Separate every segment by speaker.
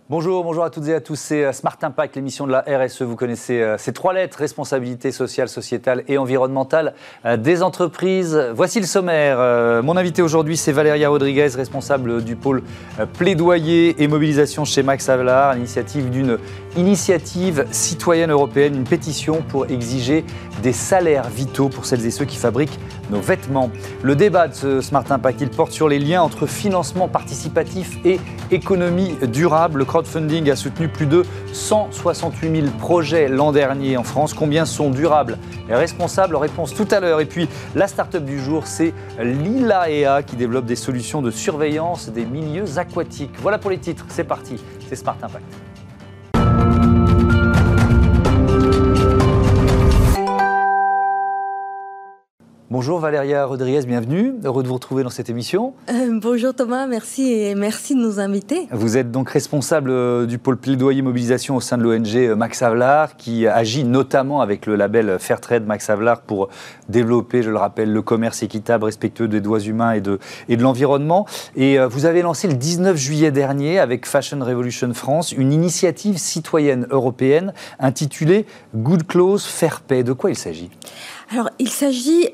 Speaker 1: Bonjour à toutes et à tous, c'est Smart Impact, l'émission de la RSE. Vous connaissez ces trois lettres, responsabilité sociale, sociétale et environnementale des entreprises. Voici le sommaire. Mon invité aujourd'hui, c'est Valéria Rodriguez, responsable du pôle plaidoyer et mobilisation chez Max Havelaar, l'initiative d'une initiative citoyenne européenne, une pétition pour exiger des salaires vitaux pour celles et ceux qui fabriquent nos vêtements. Le débat de ce Smart Impact, il porte sur les liens entre financement participatif et économie durable. Le crowdfunding a soutenu plus de 168 000 projets l'an dernier en France. Combien sont durables et responsables? Réponse tout à l'heure. Et puis, la start-up du jour, c'est Lilaea qui développe des solutions de surveillance des milieux aquatiques. Voilà pour les titres. C'est parti. C'est Smart Impact. Bonjour Valéria Rodriguez, bienvenue. Heureux de vous retrouver dans cette émission.
Speaker 2: Bonjour Thomas, merci et merci de nous inviter.
Speaker 1: Vous êtes donc responsable du pôle plaidoyer mobilisation au sein de l'ONG Max Havelaar qui agit notamment avec le label Fairtrade Max Havelaar pour développer, je le rappelle, le commerce équitable, respectueux des droits humains et de l'environnement. Et vous avez lancé le 19 juillet dernier avec Fashion Revolution France une initiative citoyenne européenne intitulée Good Clothes Fair Pay. De quoi il s'agit ?
Speaker 2: Alors, il s'agit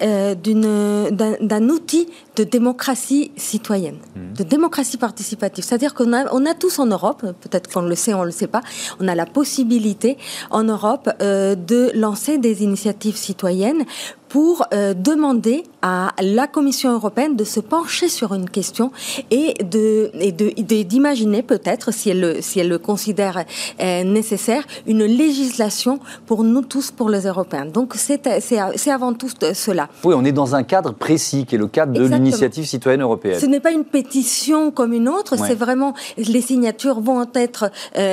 Speaker 2: d'un outil de démocratie citoyenne, de démocratie participative. C'est-à-dire qu'on a tous en Europe, peut-être qu'on le sait, on ne le sait pas, on a la possibilité en Europe de lancer des initiatives citoyennes pour demander à la Commission européenne de se pencher sur une question et d'imaginer peut-être, si elle le considère nécessaire, une législation pour nous tous, pour les Européens. Donc c'est avant tout cela.
Speaker 1: Oui, on est dans un cadre précis qui est le cadre de l'initiative citoyenne européenne.
Speaker 2: Ce n'est pas une pétition comme une autre, c'est vraiment les signatures vont être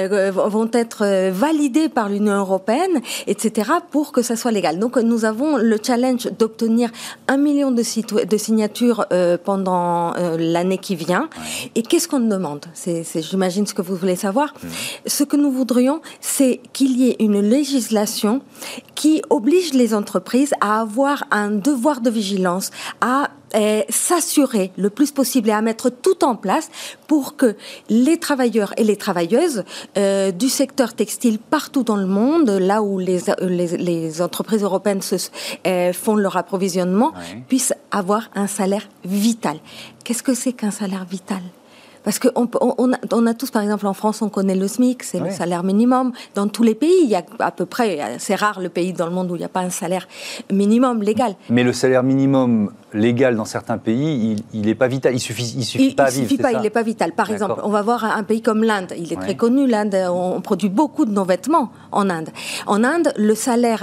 Speaker 2: validées par l'Union européenne, etc., pour que ça soit légal. Donc nous avons le challenge d'obtenir 1 million de signatures pendant l'année qui vient. Et qu'est-ce qu'on demande ? C'est, j'imagine, ce que vous voulez savoir. Ce que nous voudrions, c'est qu'il y ait une législation qui oblige les entreprises à avoir un devoir de vigilance, à s'assurer le plus possible et à mettre tout en place pour que les travailleurs et les travailleuses du secteur textile partout dans le monde, là où les entreprises européennes font leur approvisionnement, puissent avoir un salaire vital. Qu'est-ce que c'est qu'un salaire vital ? Parce qu'on a tous, par exemple, en France, on connaît le SMIC, c'est le salaire minimum. Dans tous les pays, il y a à peu près, c'est rare le pays dans le monde où il n'y a pas un salaire minimum légal.
Speaker 1: Mais le salaire minimum légal dans certains pays, il n'est pas vital, il suffit pas à vivre.
Speaker 2: Il n'est pas vital. Par exemple, on va voir un pays comme l'Inde. Il est très connu, l'Inde, on produit beaucoup de nos vêtements en Inde. En Inde, le salaire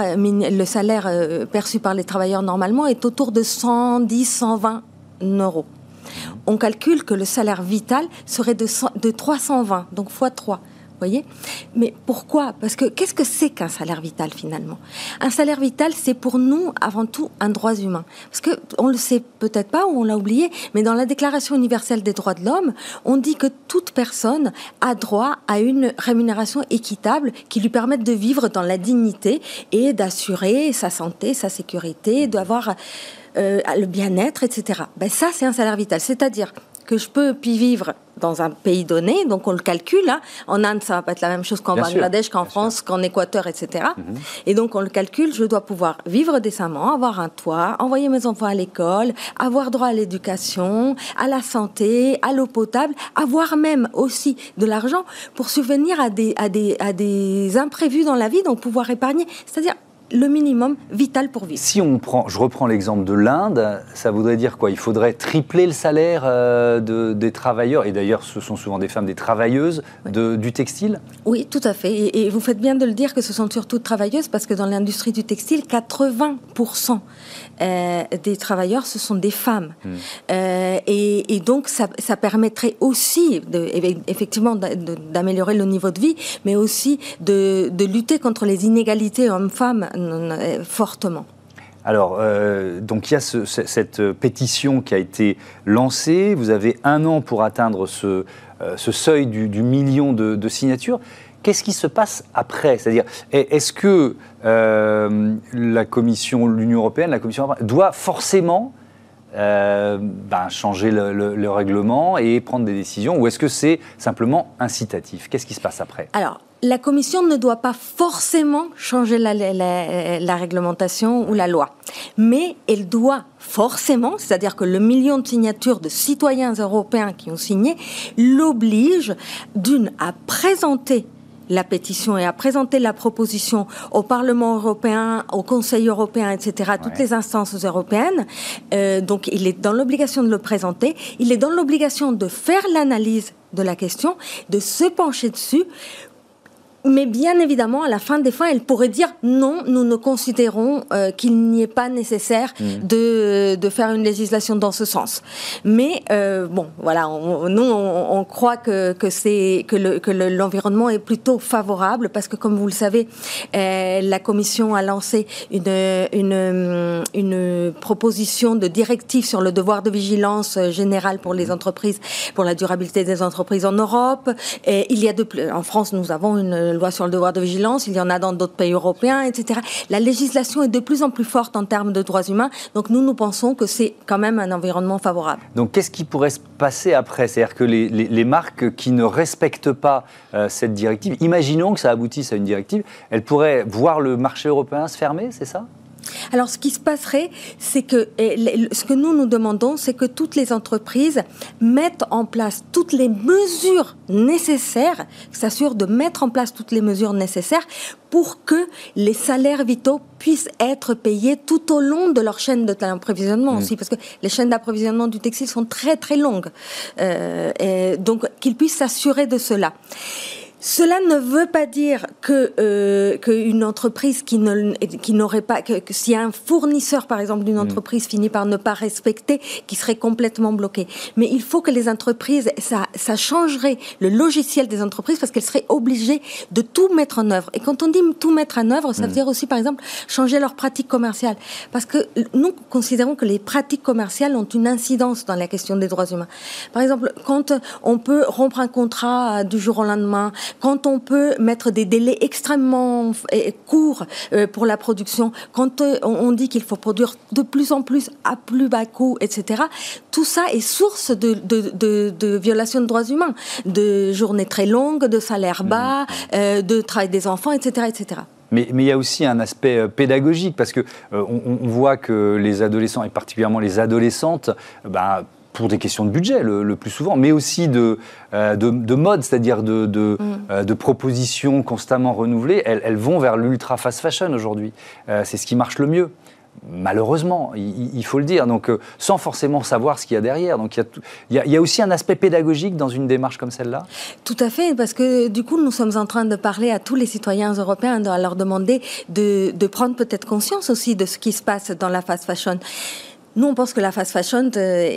Speaker 2: perçu par les travailleurs normalement est autour de 110-120 euros. On calcule que le salaire vital serait de 320, donc x 3. Voyez ? Mais pourquoi ? Parce que qu'est-ce que c'est qu'un salaire vital finalement ? Un salaire vital, c'est pour nous avant tout un droit humain. Parce que on le sait peut-être pas ou on l'a oublié, mais dans la Déclaration universelle des droits de l'homme, on dit que toute personne a droit à une rémunération équitable qui lui permette de vivre dans la dignité et d'assurer sa santé, sa sécurité, d'avoir le bien-être, etc. Ben ça, c'est un salaire vital. C'est-à-dire que je peux puis vivre dans un pays donné, donc on le calcule. Hein. En Inde, ça va pas être la même chose qu'en Bangladesh, qu'en France, qu'en Équateur, etc. Et donc on le calcule, je dois pouvoir vivre décemment, avoir un toit, envoyer mes enfants à l'école, avoir droit à l'éducation, à la santé, à l'eau potable, avoir même aussi de l'argent pour subvenir à des imprévus dans la vie, donc pouvoir épargner. C'est-à-dire le minimum vital pour vivre.
Speaker 1: Si je reprends l'exemple de l'Inde, ça voudrait dire quoi ? Il faudrait tripler le salaire des travailleurs, et d'ailleurs ce sont souvent des femmes, des travailleuses du textile ?
Speaker 2: Oui, tout à fait. Et vous faites bien de le dire que ce sont surtout travailleuses, parce que dans l'industrie du textile, 80% des travailleurs, ce sont des femmes. Et donc ça permettrait aussi effectivement d'améliorer le niveau de vie, mais aussi de lutter contre les inégalités hommes-femmes fortement.
Speaker 1: Alors, donc il y a cette pétition qui a été lancée. Vous avez 1 an pour atteindre ce seuil du million de signatures. Qu'est-ce qui se passe après ? C'est-à-dire, est-ce que l'Union européenne doit forcément changer le règlement et prendre des décisions, ou est-ce que c'est simplement incitatif? Qu'est-ce qui se passe après?
Speaker 2: Alors, la Commission ne doit pas forcément changer la réglementation ou la loi, mais elle doit forcément, c'est-à-dire que le million de signatures de citoyens européens qui ont signé l'oblige à présenter la pétition et à présenter la proposition au Parlement européen, au Conseil européen, etc., à toutes les instances européennes. Donc, il est dans l'obligation de le présenter. Il est dans l'obligation de faire l'analyse de la question, de se pencher dessus. Mais bien évidemment, à la fin des fins, elle pourrait dire non, nous ne considérons qu'il n'y est pas nécessaire de faire une législation dans ce sens. Mais voilà, on croit que l'environnement est plutôt favorable parce que, comme vous le savez, la Commission a lancé une proposition de directive sur le devoir de vigilance générale pour les entreprises, pour la durabilité des entreprises en Europe. Et en France, nous avons une loi sur le devoir de vigilance, il y en a dans d'autres pays européens, etc. La législation est de plus en plus forte en termes de droits humains, donc nous pensons que c'est quand même un environnement favorable.
Speaker 1: Donc qu'est-ce qui pourrait se passer après? C'est-à-dire que les marques qui ne respectent pas cette directive, imaginons que ça aboutisse à une directive, elles pourraient voir le marché européen se fermer, c'est ça?
Speaker 2: Alors, ce qui se passerait, c'est que ce que nous demandons, c'est que toutes les entreprises mettent en place toutes les mesures nécessaires, s'assurent de mettre en place toutes les mesures nécessaires pour que les salaires vitaux puissent être payés tout au long de leur chaîne d'approvisionnement aussi, parce que les chaînes d'approvisionnement du textile sont très très longues, et donc qu'ils puissent s'assurer de cela. Cela ne veut pas dire qu'une entreprise qui n'aurait pas, que s'il y a un fournisseur, par exemple, d'une entreprise finit par ne pas respecter, qui serait complètement bloqué. Mais il faut que les entreprises, ça changerait le logiciel des entreprises parce qu'elles seraient obligées de tout mettre en œuvre. Et quand on dit tout mettre en œuvre, ça veut dire aussi, par exemple, changer leurs pratiques commerciales. Parce que nous considérons que les pratiques commerciales ont une incidence dans la question des droits humains. Par exemple, quand on peut rompre un contrat du jour au lendemain, quand on peut mettre des délais extrêmement courts pour la production, quand on dit qu'il faut produire de plus en plus à plus bas coût, etc., tout ça est source de violations de droits humains, de journées très longues, de salaires bas, de travail des enfants, etc., etc.
Speaker 1: Mais il y a aussi un aspect pédagogique, parce que on voit que les adolescents, et particulièrement les adolescentes, pour des questions de budget le plus souvent, mais aussi de mode, c'est-à-dire de propositions constamment renouvelées, elles vont vers l'ultra fast fashion aujourd'hui. C'est ce qui marche le mieux. Malheureusement, il faut le dire, donc sans forcément savoir ce qu'il y a derrière. Donc il y a aussi un aspect pédagogique dans une démarche comme celle-là.
Speaker 2: Tout à fait, parce que du coup, nous sommes en train de parler à tous les citoyens européens, de leur demander de prendre peut-être conscience aussi de ce qui se passe dans la fast fashion. Nous, on pense que la fast fashion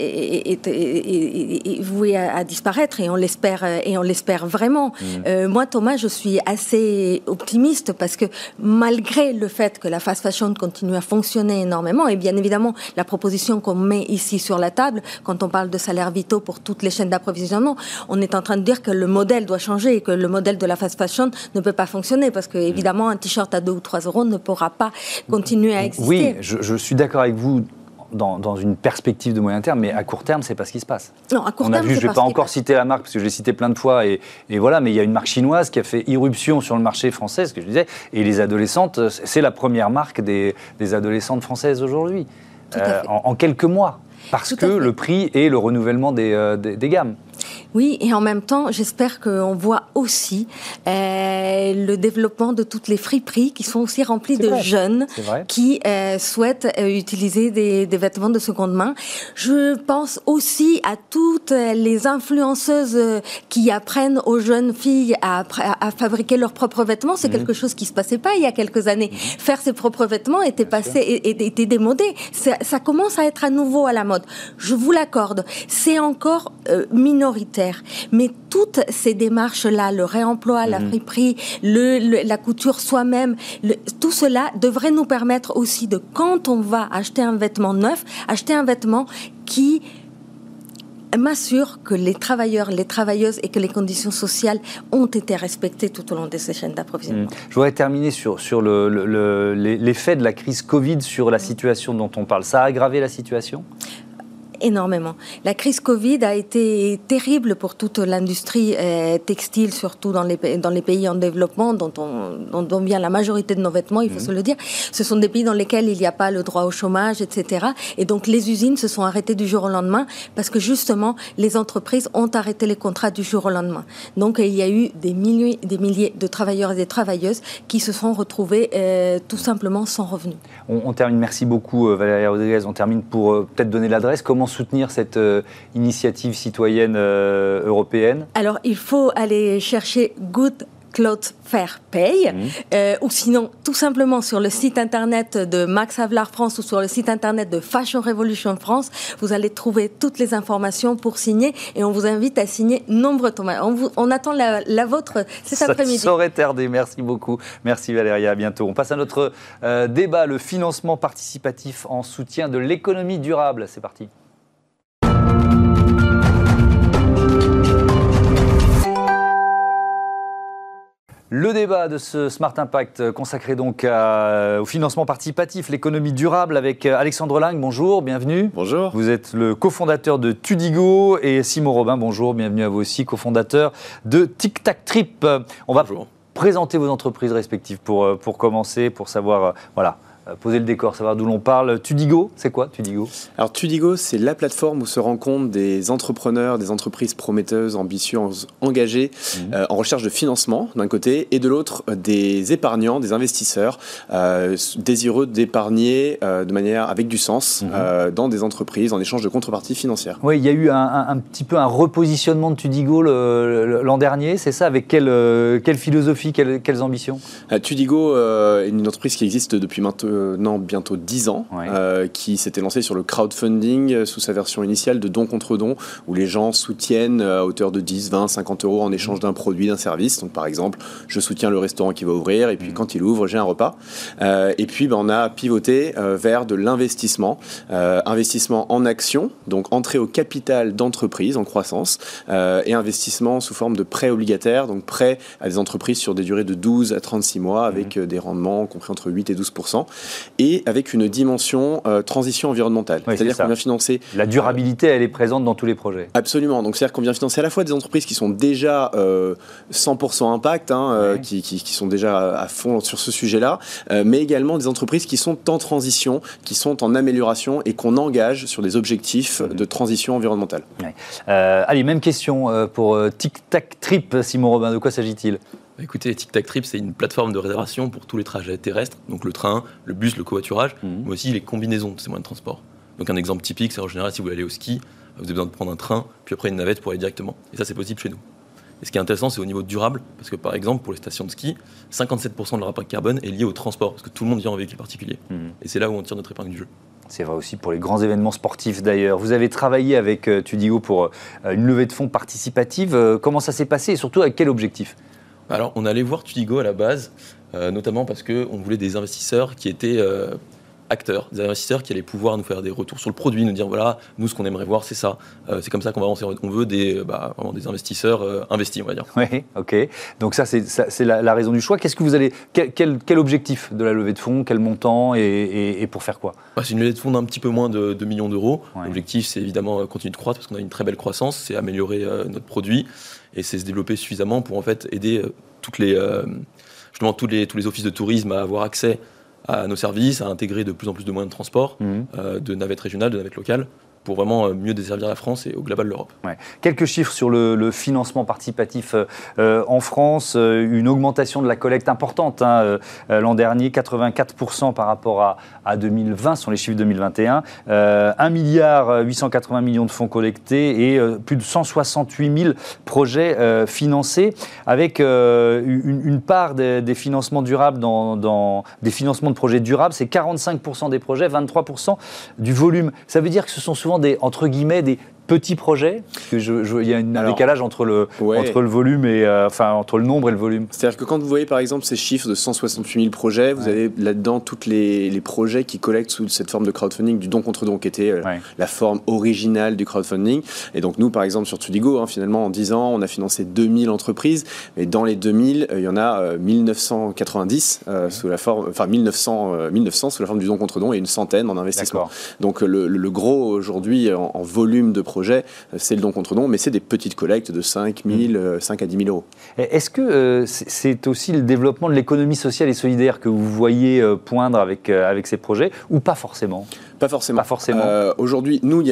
Speaker 2: est vouée à disparaître et on l'espère vraiment. Moi, Thomas, je suis assez optimiste parce que malgré le fait que la fast fashion continue à fonctionner énormément, et bien évidemment, la proposition qu'on met ici sur la table, quand on parle de salaires vitaux pour toutes les chaînes d'approvisionnement, on est en train de dire que le modèle doit changer et que le modèle de la fast fashion ne peut pas fonctionner parce que, évidemment, un t-shirt à 2 ou 3 euros ne pourra pas continuer à exister.
Speaker 1: Oui, je suis d'accord avec vous. Dans une perspective de moyen terme, mais à court terme, c'est pas ce qui se passe.
Speaker 2: Non, à court terme,
Speaker 1: je ne vais pas encore citer la marque, parce que je l'ai cité plein de fois, et voilà, mais il y a une marque chinoise qui a fait irruption sur le marché français, ce que je disais, et les adolescentes, c'est la première marque des adolescentes françaises aujourd'hui, en quelques mois, parce que le prix et le renouvellement des gammes.
Speaker 2: Oui, et en même temps, j'espère qu'on voit aussi le développement de toutes les friperies qui sont aussi remplies de jeunes qui souhaitent utiliser des vêtements de seconde main. Je pense aussi à toutes les influenceuses qui apprennent aux jeunes filles à fabriquer leurs propres vêtements. C'est quelque chose qui se passait pas il y a quelques années. Faire ses propres vêtements était démodé. Ça commence à être à nouveau à la mode. Je vous l'accorde. C'est encore minoritaire. Mais toutes ces démarches-là, le réemploi, la friperie, la couture soi-même, tout cela devrait nous permettre aussi de, quand on va acheter un vêtement neuf, acheter un vêtement qui m'assure que les travailleurs, les travailleuses et que les conditions sociales ont été respectées tout au long de ces chaînes d'approvisionnement.
Speaker 1: Je voudrais terminer sur l'effet de la crise Covid sur la situation dont on parle. Ça a aggravé la situation ?
Speaker 2: Énormément. La crise Covid a été terrible pour toute l'industrie textile, surtout dans les pays en développement, dont vient la majorité de nos vêtements, il faut se le dire. Ce sont des pays dans lesquels il n'y a pas le droit au chômage, etc. Et donc les usines se sont arrêtées du jour au lendemain parce que justement les entreprises ont arrêté les contrats du jour au lendemain. Donc il y a eu des milliers de travailleurs et des travailleuses qui se sont retrouvés tout simplement sans revenus.
Speaker 1: On termine, merci beaucoup Valérie Rodriguez, on termine pour peut-être donner l'adresse. Comment soutenir cette initiative citoyenne européenne?
Speaker 2: Alors il faut aller chercher Good Clothes Fair Pay, ou sinon tout simplement sur le site internet de Max Havelaar France ou sur le site internet de Fashion Revolution France, vous allez trouver toutes les informations pour signer et on vous invite à signer nombreux. On attend la vôtre cet après-midi.
Speaker 1: Ça saurait tarder, merci beaucoup. Merci Valérie, à bientôt. On passe à notre débat, le financement participatif en soutien de l'économie durable. C'est parti. Le débat de ce Smart Impact consacré donc au financement participatif, l'économie durable avec Alexandre Lang, bonjour, bienvenue.
Speaker 3: Bonjour.
Speaker 1: Vous êtes le cofondateur de Tudigo et Simon Robin, bonjour, bienvenue à vous aussi, cofondateur de Tic Tac Trip. On va présenter vos entreprises respectives pour commencer, pour savoir, poser le décor, savoir d'où l'on parle. Tudigo, c'est quoi Tudigo?
Speaker 3: Alors Tudigo, c'est la plateforme où se rencontrent des entrepreneurs, des entreprises prometteuses, ambitieuses, engagées en recherche de financement d'un côté et de l'autre des épargnants, des investisseurs désireux d'épargner de manière avec du sens dans des entreprises en échange de contreparties financières.
Speaker 1: Oui, il y a eu un petit peu un repositionnement de Tudigo l'an dernier, c'est ça? Avec quelle philosophie, quelles ambitions?
Speaker 3: Tudigo est une entreprise qui existe depuis maintenant bientôt 10 ans, qui s'était lancé sur le crowdfunding sous sa version initiale de don contre don, où les gens soutiennent à hauteur de 10, 20, 50 euros en échange d'un produit, d'un service. Donc par exemple, je soutiens le restaurant qui va ouvrir, et puis quand il ouvre, j'ai un repas. Et puis on a pivoté vers de l'investissement, investissement en actions, donc entrée au capital d'entreprise en croissance, et investissement sous forme de prêts obligataires, donc prêts à des entreprises sur des durées de 12 à 36 mois, avec des rendements compris entre 8 et 12%. Et avec une dimension transition environnementale.
Speaker 1: Oui,
Speaker 3: c'est-à-dire qu'on vient financer...
Speaker 1: La durabilité, elle est présente dans tous les projets.
Speaker 3: Absolument. Donc, c'est-à-dire qu'on vient financer à la fois des entreprises qui sont déjà 100% impact, qui sont déjà à fond sur ce sujet-là, mais également des entreprises qui sont en transition, qui sont en amélioration et qu'on engage sur des objectifs de transition environnementale.
Speaker 1: Allez, même question pour Tic Tac Trip, Simon Robin. De quoi s'agit-il ?
Speaker 4: Écoutez, Tic Tac Trip, c'est une plateforme de réservation pour tous les trajets terrestres, donc le train, le bus, le covoiturage, mais aussi les combinaisons de ces moyens de transport. Donc un exemple typique, c'est en général, si vous voulez aller au ski, vous avez besoin de prendre un train, puis après une navette pour aller directement. Et ça, c'est possible chez nous. Et ce qui est intéressant, c'est au niveau durable, parce que par exemple, pour les stations de ski, 57% de leur impact carbone est lié au transport, parce que tout le monde vient en véhicule particulier. Et c'est là où on tire notre épingle du jeu.
Speaker 1: C'est vrai aussi pour les grands événements sportifs d'ailleurs. Vous avez travaillé avec Tudigo pour une levée de fonds participative. Comment ça s'est passé et surtout avec quel objectif ?
Speaker 4: Alors, on allait voir Tudigo à la base, notamment parce qu'on voulait des investisseurs qui étaient acteurs, des investisseurs qui allaient pouvoir nous faire des retours sur le produit, nous dire voilà, nous ce qu'on aimerait voir c'est ça, c'est comme ça qu'on va avancer. On veut vraiment des investisseurs investis, on va dire.
Speaker 1: Oui, ok. Donc ça c'est la raison du choix. Qu'est-ce que vous allez, quel objectif de la levée de fonds, quel montant et pour faire quoi ?
Speaker 4: C'est une levée de fonds d'un petit peu moins de 2 millions d'euros. L'objectif c'est évidemment continuer de croître parce qu'on a une très belle croissance, c'est améliorer notre produit et c'est se développer suffisamment pour en fait aider tous les offices de tourisme à avoir accès à nos services, à intégrer de plus en plus de moyens de transport, de navettes régionales, de navettes locales, pour vraiment mieux desservir la France et au global l'Europe.
Speaker 1: Quelques chiffres sur le financement participatif en France, une augmentation de la collecte importante l'an dernier, 84% par rapport à 2020, ce sont les chiffres 2021, 1,880 milliard de fonds collectés et plus de 168 000 projets financés, avec une part des financements durables des financements de projets durables, c'est 45% des projets, 23% du volume. Ça veut dire que ce sont souvent des petits projets? Parce que il y a un décalage entre le volume et entre le nombre et le volume.
Speaker 3: C'est-à-dire que quand vous voyez par exemple ces chiffres de 168 000 projets, vous avez là-dedans tous les projets qui collectent sous cette forme de crowdfunding, du don contre don, qui était la forme originale du crowdfunding. Et donc nous, par exemple, sur Tudigo, finalement, en 10 ans, on a financé 2000 entreprises. Et dans les 2000, il y en a 1990 sous la forme, 1900 sous la forme du don contre don et une centaine en investissement.
Speaker 1: D'accord.
Speaker 3: Donc le gros aujourd'hui en volume de projets, c'est le don contre don, mais c'est des petites collectes de 5 à 10 000 euros.
Speaker 1: Est-ce que c'est aussi le développement de l'économie sociale et solidaire que vous voyez poindre avec ces projets, ou pas forcément ?
Speaker 3: Pas forcément. Aujourd'hui, nous,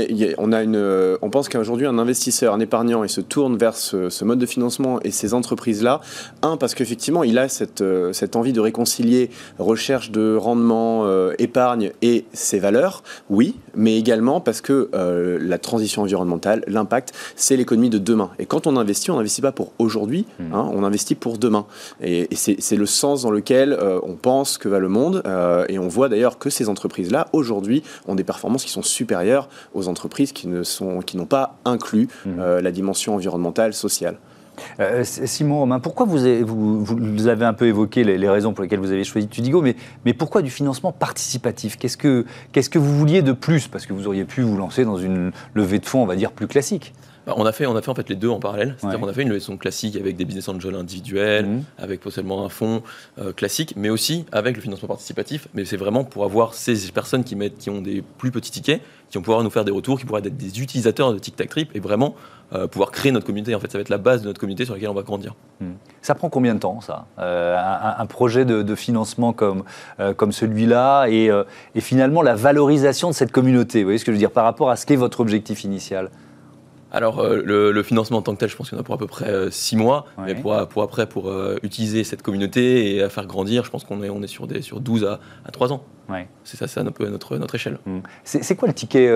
Speaker 3: on pense qu'aujourd'hui, un investisseur, un épargnant, il se tourne vers ce mode de financement et ces entreprises-là. Parce qu'effectivement, il a cette envie de réconcilier recherche de rendement, épargne et ses valeurs, oui, mais également parce que la transition environnementale, l'impact, c'est l'économie de demain. Et quand on n'investit pas pour aujourd'hui, on investit pour demain. Et c'est le sens dans lequel on pense que va le monde. Et on voit d'ailleurs que ces entreprises-là, aujourd'hui, ont des performances qui sont supérieures aux entreprises qui n'ont pas inclus la dimension environnementale, sociale.
Speaker 1: Simon Romain, pourquoi vous avez un peu évoqué les raisons pour lesquelles vous avez choisi Tudigo, mais pourquoi du financement participatif ? Qu'est-ce que vous vouliez de plus ? Parce que vous auriez pu vous lancer dans une levée de fonds, on va dire, plus classique.
Speaker 4: On a fait en fait les deux en parallèle. C'est-à-dire qu'on a fait une levée de fonds classique avec des business angels individuels, avec potentiellement un fonds classique, mais aussi avec le financement participatif. Mais c'est vraiment pour avoir ces personnes qui ont des plus petits tickets, qui vont pouvoir nous faire des retours, qui pourraient être des utilisateurs de TicTacTrip et vraiment pouvoir créer notre communauté. En fait, ça va être la base de notre communauté sur laquelle on va grandir.
Speaker 1: Ça prend combien de temps, ça, un projet de financement comme celui-là et finalement la valorisation de cette communauté, vous voyez ce que je veux dire, par rapport à ce qu'est votre objectif initial ?
Speaker 4: Alors, le financement en tant que tel, je pense qu'il y en a pour à peu près 6 mois. Mais pour utiliser cette communauté et à faire grandir, je pense qu'on est sur 12 à 3 ans. C'est un peu notre échelle.
Speaker 1: C'est quoi le ticket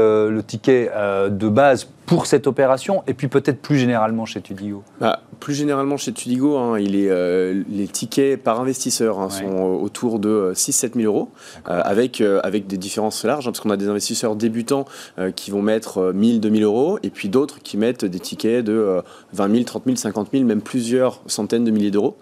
Speaker 1: de base pour cette opération et puis peut-être plus généralement chez Tudigo ?
Speaker 3: Plus généralement chez Tudigo, les tickets par investisseur sont autour de 6-7 000 euros, avec des différences larges, parce qu'on a des investisseurs débutants qui vont mettre 1 000, 2 000 euros, et puis d'autres qui mettent des tickets de 20 000, 30 000, 50 000, même plusieurs centaines de milliers d'euros.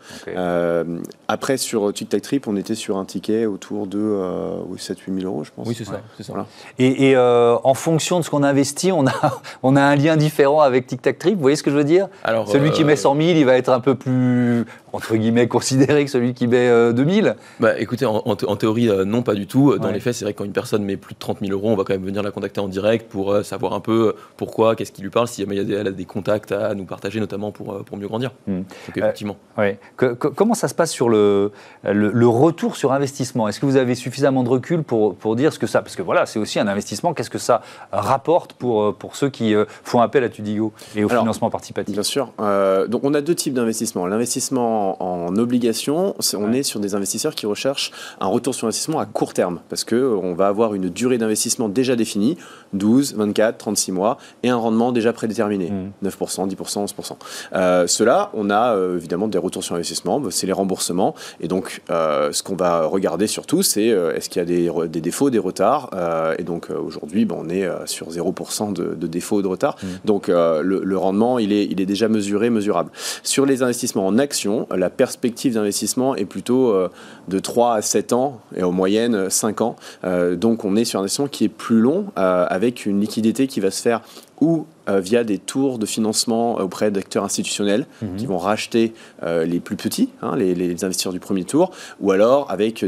Speaker 3: Après, sur TicTacTrip, on était sur un ticket autour de 7-8 000 euros, je pense.
Speaker 4: Oui, c'est ça.
Speaker 3: Voilà.
Speaker 1: Et en fonction de ce qu'on investit, on a un lien différent avec TicTacTrip, vous voyez ce que je veux dire ? Alors, celui qui met 100 000, il va être un peu plus, entre guillemets, considéré que celui qui met 2 000 ?
Speaker 4: Écoutez, en théorie, non, pas du tout. Dans les faits, c'est vrai que quand une personne met plus de 30 000 euros, on va quand même venir la contacter en direct pour savoir un peu pourquoi, qu'est-ce qui lui parle, si elle a des contacts à nous partager, notamment pour mieux grandir. Donc, effectivement.
Speaker 1: Comment ça se passe sur le retour sur investissement ? Est-ce que vous avez suffisamment de recul pour dire ce que ça... Parce que voilà, c'est aussi un investissement. Qu'est-ce que ça rapporte pour ceux qui font appel à Tudigo et au financement participatif ?
Speaker 3: Bien sûr. Donc, on a 2 types d'investissements. L'investissement en obligation, on est sur des investisseurs qui recherchent un retour sur investissement à court terme, parce qu'on va avoir une durée d'investissement déjà définie, 12, 24, 36 mois, et un rendement déjà prédéterminé, 9%, 10%, 11%. Cela, on a évidemment des retours sur investissement, c'est les remboursements, et donc ce qu'on va regarder surtout, c'est est-ce qu'il y a des défauts, des retards, et donc aujourd'hui, on est sur 0% de défauts, de retard, donc le rendement, il est déjà mesurable. Sur les investissements en actions, la perspective d'investissement est plutôt de 3 à 7 ans, et en moyenne 5 ans, donc on est sur un investissement qui est plus long, avec une liquidité qui va se faire ou via des tours de financement auprès d'acteurs institutionnels qui vont racheter les plus petits, les investisseurs du premier tour, ou alors avec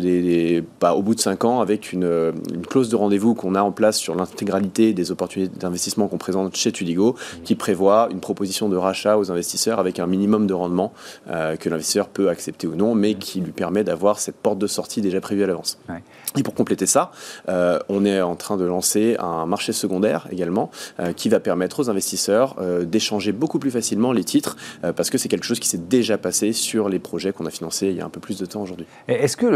Speaker 3: au bout de 5 ans, avec une clause de rendez-vous qu'on a en place sur l'intégralité des opportunités d'investissement qu'on présente chez Tudigo, qui prévoit une proposition de rachat aux investisseurs avec un minimum de rendement que l'investisseur peut accepter ou non, mais qui lui permet d'avoir cette porte de sortie déjà prévue à l'avance. Et pour compléter ça, on est en train de lancer un marché secondaire également, qui va permettre aux investisseurs d'échanger beaucoup plus facilement les titres, parce que c'est quelque chose qui s'est déjà passé sur les projets qu'on a financés il y a un peu plus de temps aujourd'hui.
Speaker 1: Est-ce que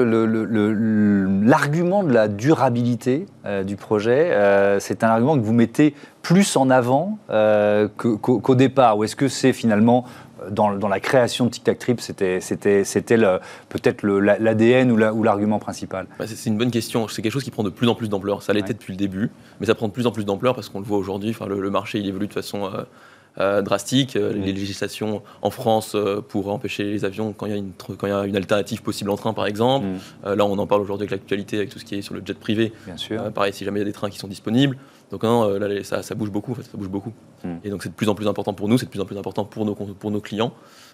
Speaker 1: l'argument de la durabilité du projet, c'est un argument que vous mettez plus en avant qu'au départ, ou est-ce que c'est finalement dans la création de Tic Tac Trip, c'était peut-être l'ADN ou l'argument principal?
Speaker 4: C'est une bonne question. C'est quelque chose qui prend de plus en plus d'ampleur. Ça l'était depuis le début, mais ça prend de plus en plus d'ampleur parce qu'on le voit aujourd'hui. Le marché il évolue de façon drastique. Les législations en France pour empêcher les avions quand il y a une alternative possible en train, par exemple. Là, on en parle aujourd'hui avec l'actualité, avec tout ce qui est sur le jet privé.
Speaker 1: Bien sûr.
Speaker 4: Pareil, si jamais il y a des trains qui sont disponibles. Donc là, ça bouge beaucoup. En fait, ça bouge beaucoup. Et donc c'est de plus en plus important pour nous, c'est de plus en plus important pour nos clients.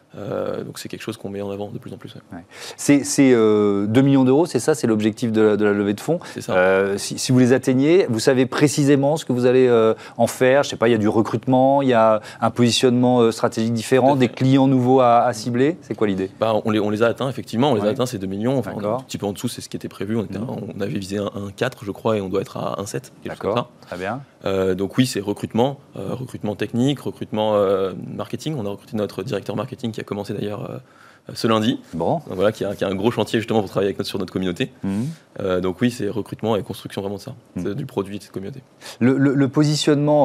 Speaker 4: Donc c'est quelque chose qu'on met en avant de plus en plus.
Speaker 1: Ouais. C'est 2 millions d'euros, c'est ça, c'est l'objectif de la levée de fonds.
Speaker 4: C'est ça.
Speaker 1: Si vous les atteignez, vous savez précisément ce que vous allez en faire. Je sais pas, il y a du recrutement, il y a un positionnement stratégique différent, des clients nouveaux à cibler. C'est quoi l'idée?
Speaker 4: On les a atteints, effectivement. On les a atteints, ces 2 millions. Enfin, on est un petit peu en dessous, c'est ce qui était prévu. On avait visé un 4, je crois, et on doit être à 1,7.
Speaker 1: D'accord, très bien.
Speaker 4: Donc oui, c'est recrutement technique, recrutement marketing. On a recruté notre directeur marketing qui a commencé d'ailleurs ce lundi. Bon. Donc voilà, qui a un gros chantier justement pour travailler sur notre communauté. Donc oui, c'est recrutement et construction vraiment de ça, du produit et de cette communauté. Le
Speaker 1: positionnement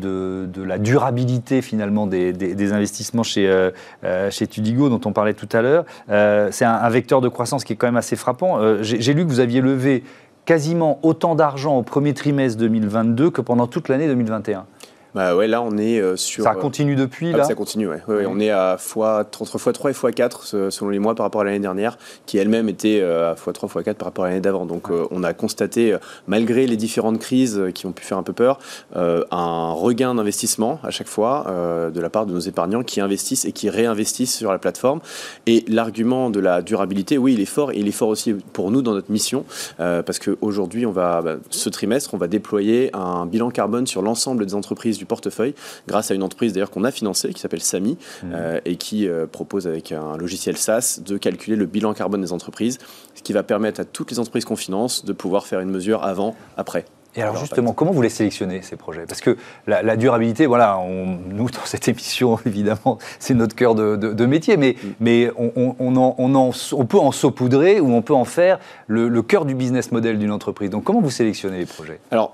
Speaker 1: de la durabilité finalement des investissements chez Tudigo dont on parlait tout à l'heure, c'est un vecteur de croissance qui est quand même assez frappant. J'ai lu que vous aviez levé quasiment autant d'argent au premier trimestre 2022 que pendant toute l'année 2021.
Speaker 3: Bah ouais, là on est sur...
Speaker 1: Ça continue depuis là?
Speaker 3: Ça continue, ouais. On est à entre x3 et x4 selon les mois par rapport à l'année dernière, qui elle-même était à x3, x4 par rapport à l'année d'avant. Donc on a constaté, malgré les différentes crises qui ont pu faire un peu peur, un regain d'investissement à chaque fois de la part de nos épargnants qui investissent et qui réinvestissent sur la plateforme. Et l'argument de la durabilité, oui, il est fort, et il est fort aussi pour nous dans notre mission, parce qu'aujourd'hui, ce trimestre, on va déployer un bilan carbone sur l'ensemble des entreprises du portefeuille, grâce à une entreprise d'ailleurs qu'on a financée, qui s'appelle Sami, et qui propose avec un logiciel SaaS de calculer le bilan carbone des entreprises, ce qui va permettre à toutes les entreprises qu'on finance de pouvoir faire une mesure avant, après.
Speaker 1: Et alors justement, comment vous les sélectionnez, ces projets? Parce que la durabilité, voilà, nous, dans cette émission, évidemment, c'est notre cœur de métier, mais on peut en saupoudrer ou on peut en faire le cœur du business model d'une entreprise. Donc comment vous sélectionnez les projets?
Speaker 3: Alors,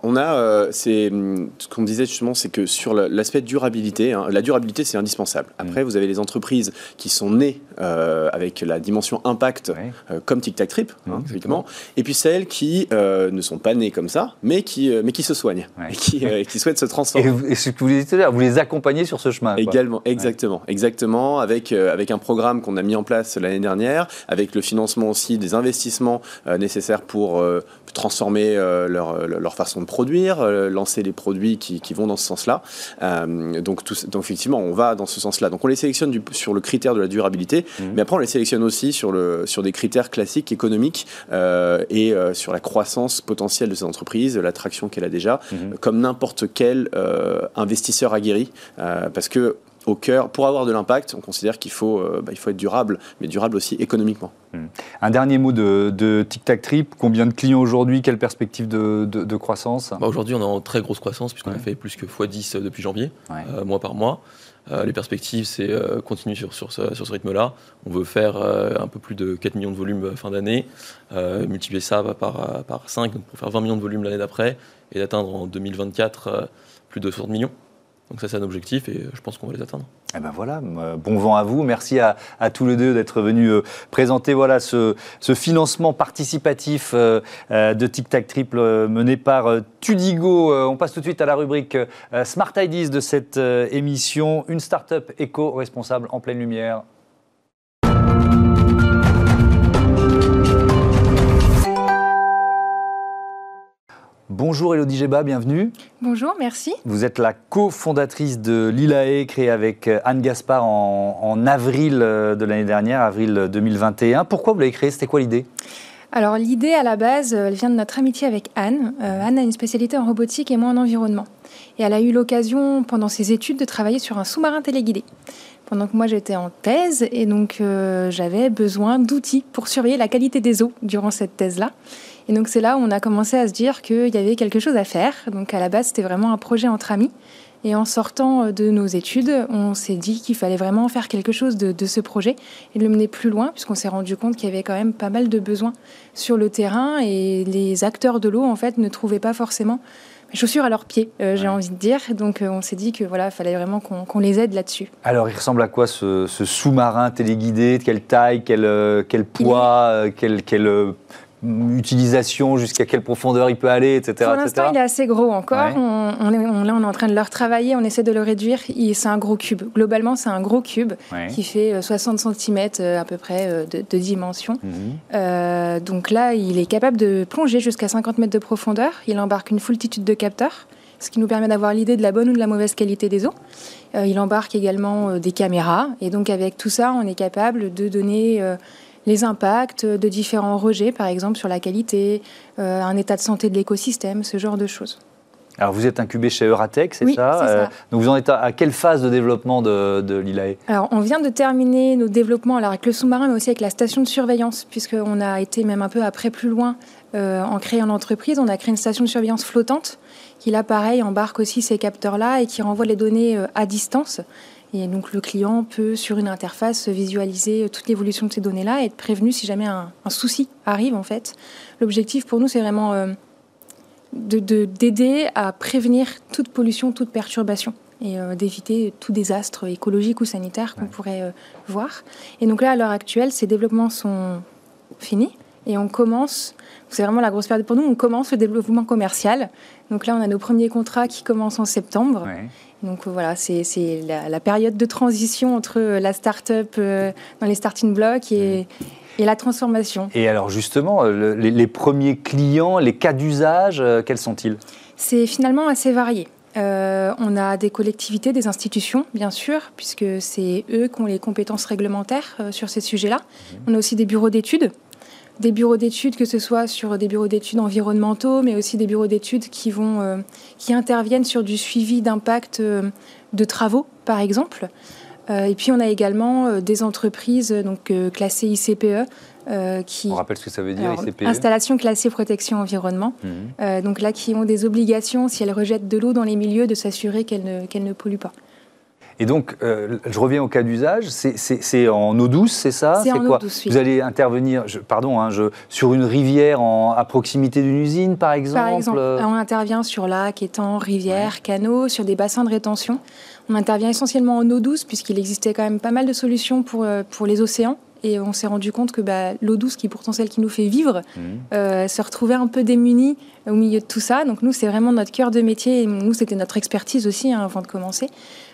Speaker 3: ce qu'on disait justement, c'est que sur l'aspect durabilité, la durabilité, c'est indispensable. Après, vous avez les entreprises qui sont nées avec la dimension impact, comme Tic Tac Trip, typiquement, et puis celles qui ne sont pas nées comme ça, mais qui se soignent, et qui souhaitent se transformer.
Speaker 1: Et ce que vous disiez tout à l'heure, vous les accompagnez sur ce chemin.
Speaker 3: Également, exactement, avec un programme qu'on a mis en place l'année dernière, avec le financement aussi des investissements nécessaires pour transformer leur façon de produire, lancer les produits qui vont dans ce sens-là. Donc effectivement, on va dans ce sens-là. Donc on les sélectionne sur le critère de la durabilité, mais après on les sélectionne aussi sur des critères classiques économiques et sur la croissance potentielle de ces entreprises, l'attraction qu'elle a déjà, comme n'importe quel investisseur aguerri, parce que au cœur, pour avoir de l'impact, on considère qu'il faut être durable, mais durable aussi économiquement.
Speaker 1: Un dernier mot de Tic Tac Trip. Combien de clients aujourd'hui? Quelle perspective de croissance?
Speaker 4: Aujourd'hui, on est en très grosse croissance, puisqu'on a fait plus que x10 depuis janvier, mois par mois. Les perspectives, c'est continuer sur ce rythme-là. On veut faire un peu plus de 4 millions de volumes fin d'année, multiplier ça par 5, donc pour faire 20 millions de volumes l'année d'après, et d'atteindre en 2024 plus de 60 millions. Donc ça, c'est un objectif et je pense qu'on va les atteindre.
Speaker 1: Et ben voilà, bon vent à vous. Merci à tous les deux d'être venus présenter ce financement participatif de Tic Tac Trip mené par Tudigo. On passe tout de suite à la rubrique Smart Ideas de cette émission. Une start-up éco-responsable en pleine lumière. Bonjour Élodie Géba, bienvenue.
Speaker 5: Bonjour, merci.
Speaker 1: Vous êtes la cofondatrice de Lilae, créée avec Anne Gaspard en avril de l'année dernière, avril 2021. Pourquoi vous l'avez créée? C'était quoi l'idée?
Speaker 5: Alors l'idée à la base, elle vient de notre amitié avec Anne. Anne a une spécialité en robotique et moi en environnement. Et elle a eu l'occasion pendant ses études de travailler sur un sous-marin téléguidé. Pendant que moi j'étais en thèse et donc j'avais besoin d'outils pour surveiller la qualité des eaux durant cette thèse-là. Et donc c'est là où on a commencé à se dire qu'il y avait quelque chose à faire. Donc à la base c'était vraiment un projet entre amis. Et en sortant de nos études, on s'est dit qu'il fallait vraiment faire quelque chose de ce projet et le mener plus loin, puisqu'on s'est rendu compte qu'il y avait quand même pas mal de besoins sur le terrain et les acteurs de l'eau en fait ne trouvaient pas forcément chaussures à leurs pieds, j'ai envie de dire. Donc on s'est dit que voilà, fallait vraiment qu'on les aide là-dessus.
Speaker 1: Alors il ressemble à quoi ce sous-marin téléguidé? Quelle taille, quel poids, quelle utilisation, jusqu'à quelle profondeur il peut aller, etc.
Speaker 5: Pour l'instant, il est assez gros encore. Ouais. On est en train de le retravailler, on essaie de le réduire. C'est un gros cube. Globalement, c'est un gros cube qui fait 60 cm à peu près de dimension. Donc là, il est capable de plonger jusqu'à 50 mètres de profondeur. Il embarque une foultitude de capteurs, ce qui nous permet d'avoir l'idée de la bonne ou de la mauvaise qualité des eaux. Il embarque également des caméras. Et donc, avec tout ça, on est capable de donner les impacts de différents rejets, par exemple sur la qualité, un état de santé de l'écosystème, ce genre de choses.
Speaker 1: Alors vous êtes incubé chez Euratech, c'est ça?
Speaker 5: C'est ça.
Speaker 1: Donc vous en êtes à quelle phase de développement de l'ILAE?
Speaker 5: Alors on vient de terminer nos développements avec le sous-marin, mais aussi avec la station de surveillance, puisqu'on a été même un peu après plus loin en créant l'entreprise. On a créé une station de surveillance flottante qui là pareil embarque aussi ces capteurs-là et qui renvoie les données à distance. Et donc le client peut, sur une interface, visualiser toute l'évolution de ces données-là et être prévenu si jamais un souci arrive, en fait. L'objectif pour nous, c'est vraiment d'aider à prévenir toute pollution, toute perturbation et d'éviter tout désastre écologique ou sanitaire qu'on pourrait voir. Et donc là, à l'heure actuelle, ces développements sont finis et on commence, c'est vraiment la grosse période pour nous, on commence le développement commercial. Donc là, on a nos premiers contrats qui commencent en septembre. Ouais. Donc voilà, c'est la période de transition entre la start-up dans les starting blocks et la transformation.
Speaker 1: Et alors justement, les premiers clients, les cas d'usage, quels sont-ils? C'est
Speaker 5: finalement assez varié. On a des collectivités, des institutions, bien sûr, puisque c'est eux qui ont les compétences réglementaires sur ces sujets-là. On a aussi des bureaux d'études. Des bureaux d'études, que ce soit sur des bureaux d'études environnementaux, mais aussi des bureaux d'études qui interviennent sur du suivi d'impact de travaux, par exemple. Et puis, on a également des entreprises classées ICPE.
Speaker 1: On rappelle ce que ça veut dire, ICPE.
Speaker 5: Installation classée protection environnement. Donc là, qui ont des obligations, si elles rejettent de l'eau dans les milieux, de s'assurer qu'elles ne polluent pas.
Speaker 1: Et donc, je reviens au cas d'usage, c'est en eau douce, c'est ça?
Speaker 5: C'est en eau douce, oui.
Speaker 1: Vous allez intervenir, sur une rivière à proximité d'une usine, par exemple?
Speaker 5: Par exemple, on intervient sur lacs, étangs, rivières, canaux, sur des bassins de rétention. On intervient essentiellement en eau douce, puisqu'il existait quand même pas mal de solutions pour les océans. Et on s'est rendu compte que l'eau douce, qui est pourtant celle qui nous fait vivre, se retrouvait un peu démunie au milieu de tout ça. Donc nous, c'est vraiment notre cœur de métier. Et nous, c'était notre expertise aussi, avant de commencer.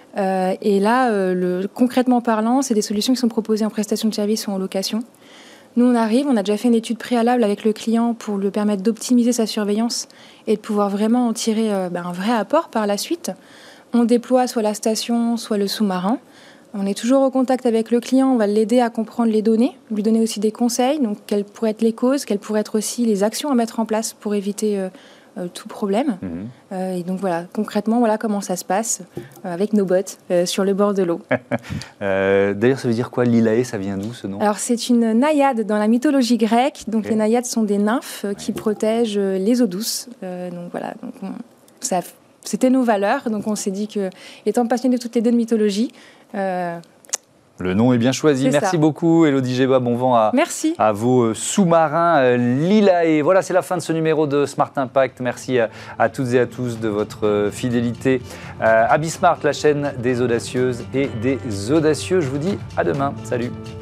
Speaker 5: Et là, concrètement parlant, c'est des solutions qui sont proposées en prestation de service ou en location. Nous, on arrive, on a déjà fait une étude préalable avec le client pour lui permettre d'optimiser sa surveillance et de pouvoir vraiment en tirer un vrai apport par la suite. On déploie soit la station, soit le sous-marin. On est toujours au contact avec le client, on va l'aider à comprendre les données, lui donner aussi des conseils, donc quelles pourraient être les causes, quelles pourraient être aussi les actions à mettre en place pour éviter tout problème. Et donc voilà, concrètement, voilà comment ça se passe avec nos bottes sur le bord de l'eau.
Speaker 1: D'ailleurs, ça veut dire quoi, l'ILAE? Ça vient d'où, ce nom?
Speaker 5: Alors, c'est une naïade dans la mythologie grecque. Donc, les naïades sont des nymphes qui protègent les eaux douces. Donc voilà, c'était nos valeurs. Donc, on s'est dit que, étant passionnés toutes les deux de mythologie,
Speaker 1: le nom est bien choisi. Merci beaucoup, Élodie Géba. Bon vent à vos sous-marins l'ILAE. Voilà, c'est la fin de ce numéro de Smart Impact. Merci à toutes et à tous de votre fidélité à Bismart, la chaîne des audacieuses et des audacieux. Je vous dis à demain. Salut.